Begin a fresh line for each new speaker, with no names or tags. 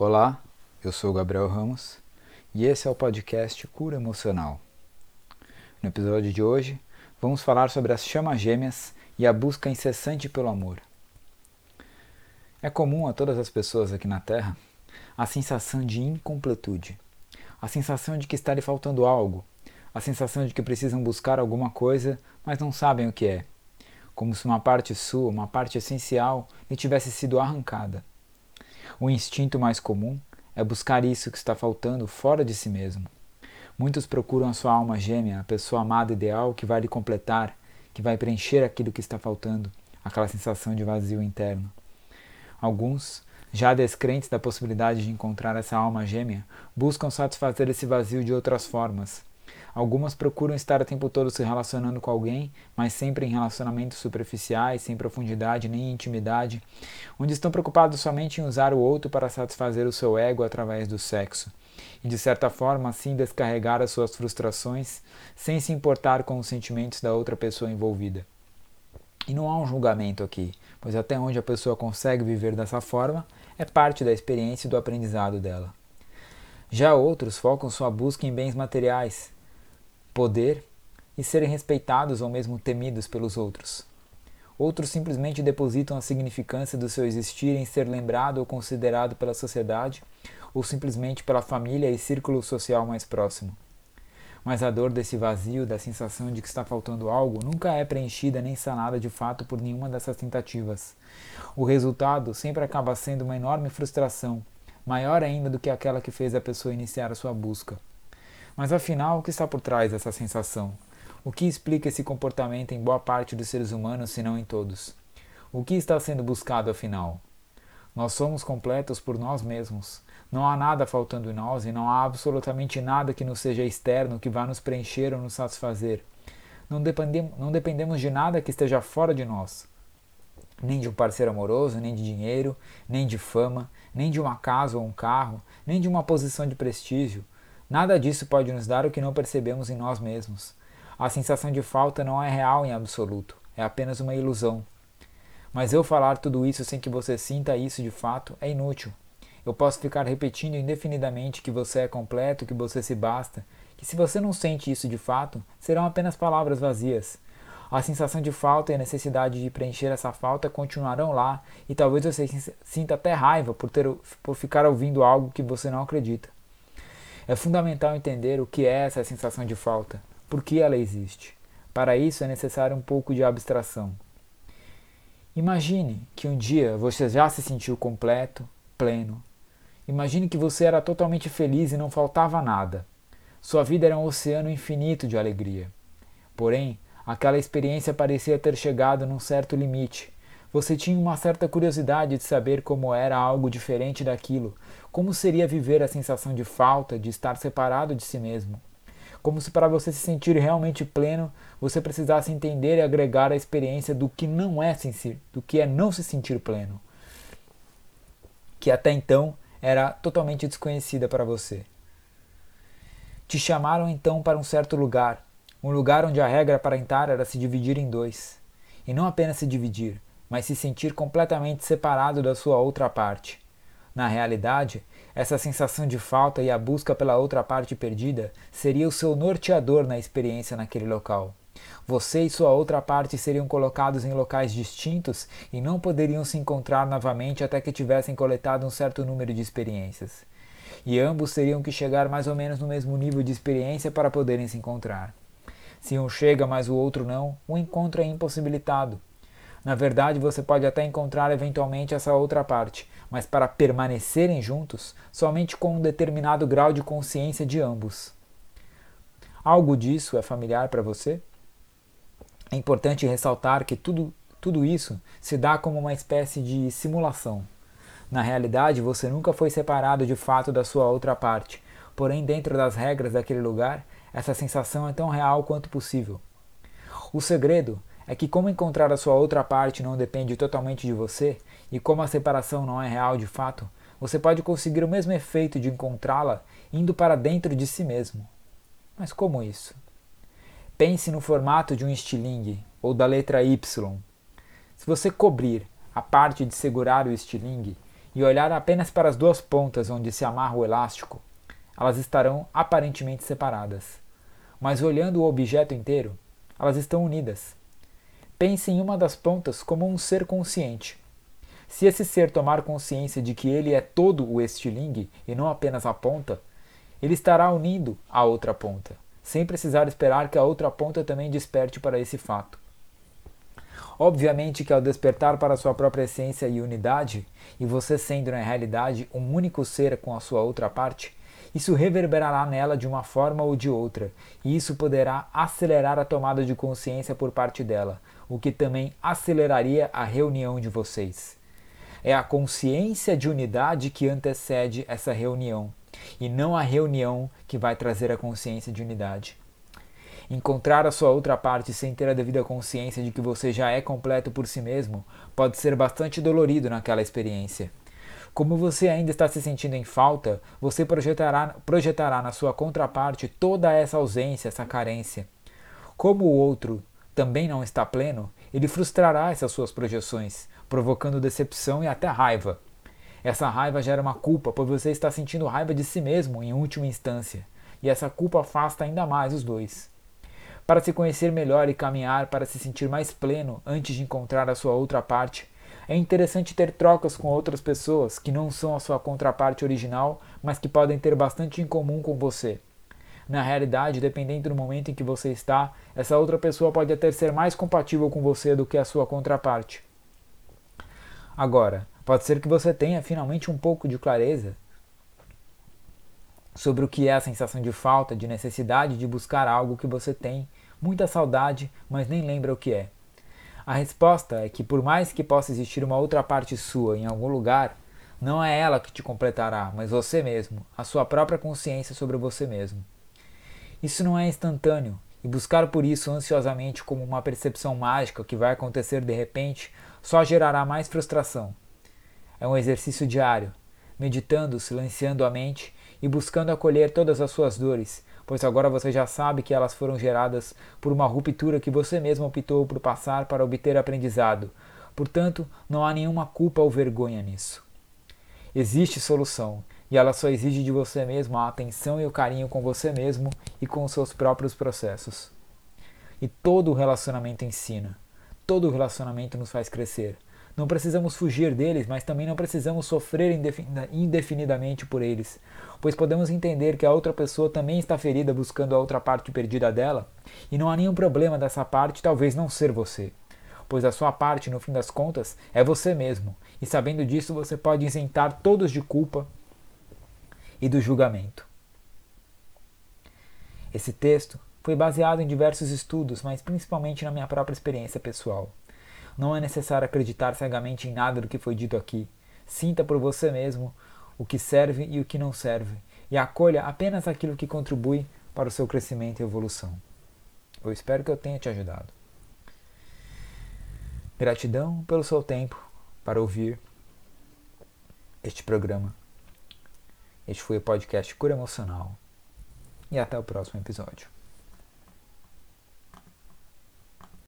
Olá, eu sou o Gabriel Ramos e esse é o podcast Cura Emocional. No episódio de hoje, vamos falar sobre as chamas gêmeas e a busca incessante pelo amor. É comum a todas as pessoas aqui na Terra a sensação de incompletude, a sensação de que está lhe faltando algo, a sensação de que precisam buscar alguma coisa, mas não sabem o que é, como se uma parte sua, uma parte essencial, lhe tivesse sido arrancada. O instinto mais comum é buscar isso que está faltando fora de si mesmo. Muitos procuram a sua alma gêmea, a pessoa amada ideal que vai lhe completar, que vai preencher aquilo que está faltando, aquela sensação de vazio interno. Alguns, já descrentes da possibilidade de encontrar essa alma gêmea, buscam satisfazer esse vazio de outras formas. Algumas procuram estar o tempo todo se relacionando com alguém, mas sempre em relacionamentos superficiais, sem profundidade nem intimidade, onde estão preocupados somente em usar o outro para satisfazer o seu ego através do sexo, e de certa forma assim descarregar as suas frustrações, sem se importar com os sentimentos da outra pessoa envolvida. E não há um julgamento aqui, pois até onde a pessoa consegue viver dessa forma é parte da experiência e do aprendizado dela. Já outros focam sua busca em bens materiais, poder e serem respeitados ou mesmo temidos pelos outros. Outros simplesmente depositam a significância do seu existir em ser lembrado ou considerado pela sociedade ou simplesmente pela família e círculo social mais próximo. Mas a dor desse vazio, da sensação de que está faltando algo, nunca é preenchida nem sanada de fato por nenhuma dessas tentativas. O resultado sempre acaba sendo uma enorme frustração, maior ainda do que aquela que fez a pessoa iniciar a sua busca. Mas afinal, o que está por trás dessa sensação? O que explica esse comportamento em boa parte dos seres humanos, se não em todos? O que está sendo buscado afinal? Nós somos completos por nós mesmos. Não há nada faltando em nós e não há absolutamente nada que nos seja externo que vá nos preencher ou nos satisfazer. Não dependemos de nada que esteja fora de nós. Nem de um parceiro amoroso, nem de dinheiro, nem de fama, nem de uma casa ou um carro, nem de uma posição de prestígio. Nada disso pode nos dar o que não percebemos em nós mesmos. A sensação de falta não é real em absoluto, é apenas uma ilusão. Mas eu falar tudo isso sem que você sinta isso de fato é inútil. Eu posso ficar repetindo indefinidamente que você é completo, que você se basta, que se você não sente isso de fato, serão apenas palavras vazias. A sensação de falta e a necessidade de preencher essa falta continuarão lá e talvez você sinta até raiva por ficar ouvindo algo que você não acredita. É fundamental entender o que é essa sensação de falta, por que ela existe. Para isso é necessário um pouco de abstração. Imagine que um dia você já se sentiu completo, pleno. Imagine que você era totalmente feliz e não faltava nada. Sua vida era um oceano infinito de alegria. Porém, aquela experiência parecia ter chegado num certo limite. Você tinha uma certa curiosidade de saber como era algo diferente daquilo, como seria viver a sensação de falta, de estar separado de si mesmo. Como se para você se sentir realmente pleno, você precisasse entender e agregar a experiência do que é não se sentir pleno, que até então era totalmente desconhecida para você. Te chamaram então para um certo lugar, um lugar onde a regra para entrar era se dividir em dois, e não apenas se dividir, mas se sentir completamente separado da sua outra parte. Na realidade, essa sensação de falta e a busca pela outra parte perdida seria o seu norteador na experiência naquele local. Você e sua outra parte seriam colocados em locais distintos e não poderiam se encontrar novamente até que tivessem coletado um certo número de experiências. E ambos teriam que chegar mais ou menos no mesmo nível de experiência para poderem se encontrar. Se um chega, mas o outro não, o encontro é impossibilitado. Na verdade, você pode até encontrar eventualmente essa outra parte, mas para permanecerem juntos, somente com um determinado grau de consciência de ambos. Algo disso é familiar para você? É importante ressaltar que tudo isso se dá como uma espécie de simulação. Na realidade, você nunca foi separado de fato da sua outra parte, porém, dentro das regras daquele lugar, essa sensação é tão real quanto possível. O segredo é que, como encontrar a sua outra parte não depende totalmente de você, e como a separação não é real de fato, você pode conseguir o mesmo efeito de encontrá-la indo para dentro de si mesmo. Mas como isso? Pense no formato de um estilingue, ou da letra Y. Se você cobrir a parte de segurar o estilingue e olhar apenas para as duas pontas onde se amarra o elástico, elas estarão aparentemente separadas. Mas olhando o objeto inteiro, elas estão unidas. Pense em uma das pontas como um ser consciente. Se esse ser tomar consciência de que ele é todo o estilingue e não apenas a ponta, ele estará unindo a outra ponta, sem precisar esperar que a outra ponta também desperte para esse fato. Obviamente que ao despertar para a sua própria essência e unidade, e você sendo na realidade um único ser com a sua outra parte, isso reverberará nela de uma forma ou de outra, e isso poderá acelerar a tomada de consciência por parte dela, o que também aceleraria a reunião de vocês. É a consciência de unidade que antecede essa reunião, e não a reunião que vai trazer a consciência de unidade. Encontrar a sua outra parte sem ter a devida consciência de que você já é completo por si mesmo pode ser bastante dolorido naquela experiência. Como você ainda está se sentindo em falta, você projetará na sua contraparte toda essa ausência, essa carência. Como o outro também não está pleno, ele frustrará essas suas projeções, provocando decepção e até raiva. Essa raiva gera uma culpa, pois você está sentindo raiva de si mesmo em última instância, e essa culpa afasta ainda mais os dois. Para se conhecer melhor e caminhar para se sentir mais pleno antes de encontrar a sua outra parte, é interessante ter trocas com outras pessoas que não são a sua contraparte original, mas que podem ter bastante em comum com você. Na realidade, dependendo do momento em que você está, essa outra pessoa pode até ser mais compatível com você do que a sua contraparte. Agora, pode ser que você tenha finalmente um pouco de clareza sobre o que é a sensação de falta, de necessidade de buscar algo que você tem, muita saudade, mas nem lembra o que é. A resposta é que por mais que possa existir uma outra parte sua em algum lugar, não é ela que te completará, mas você mesmo, a sua própria consciência sobre você mesmo. Isso não é instantâneo, e buscar por isso ansiosamente como uma percepção mágica que vai acontecer de repente só gerará mais frustração. É um exercício diário, meditando, silenciando a mente e buscando acolher todas as suas dores, pois agora você já sabe que elas foram geradas por uma ruptura que você mesmo optou por passar para obter aprendizado. Portanto, não há nenhuma culpa ou vergonha nisso. Existe solução, e ela só exige de você mesmo a atenção e o carinho com você mesmo e com os seus próprios processos. E todo relacionamento ensina. Todo relacionamento nos faz crescer. Não precisamos fugir deles, mas também não precisamos sofrer indefinidamente por eles, pois podemos entender que a outra pessoa também está ferida buscando a outra parte perdida dela, e não há nenhum problema dessa parte talvez não ser você, pois a sua parte, no fim das contas, é você mesmo, e sabendo disso você pode isentar todos de culpa e do julgamento. Esse texto foi baseado em diversos estudos, mas principalmente na minha própria experiência pessoal. Não é necessário acreditar cegamente em nada do que foi dito aqui. Sinta por você mesmo o que serve e o que não serve, e acolha apenas aquilo que contribui para o seu crescimento e evolução. Eu espero que eu tenha te ajudado. Gratidão pelo seu tempo para ouvir este programa. Este foi o podcast Cura Emocional. E até o próximo episódio.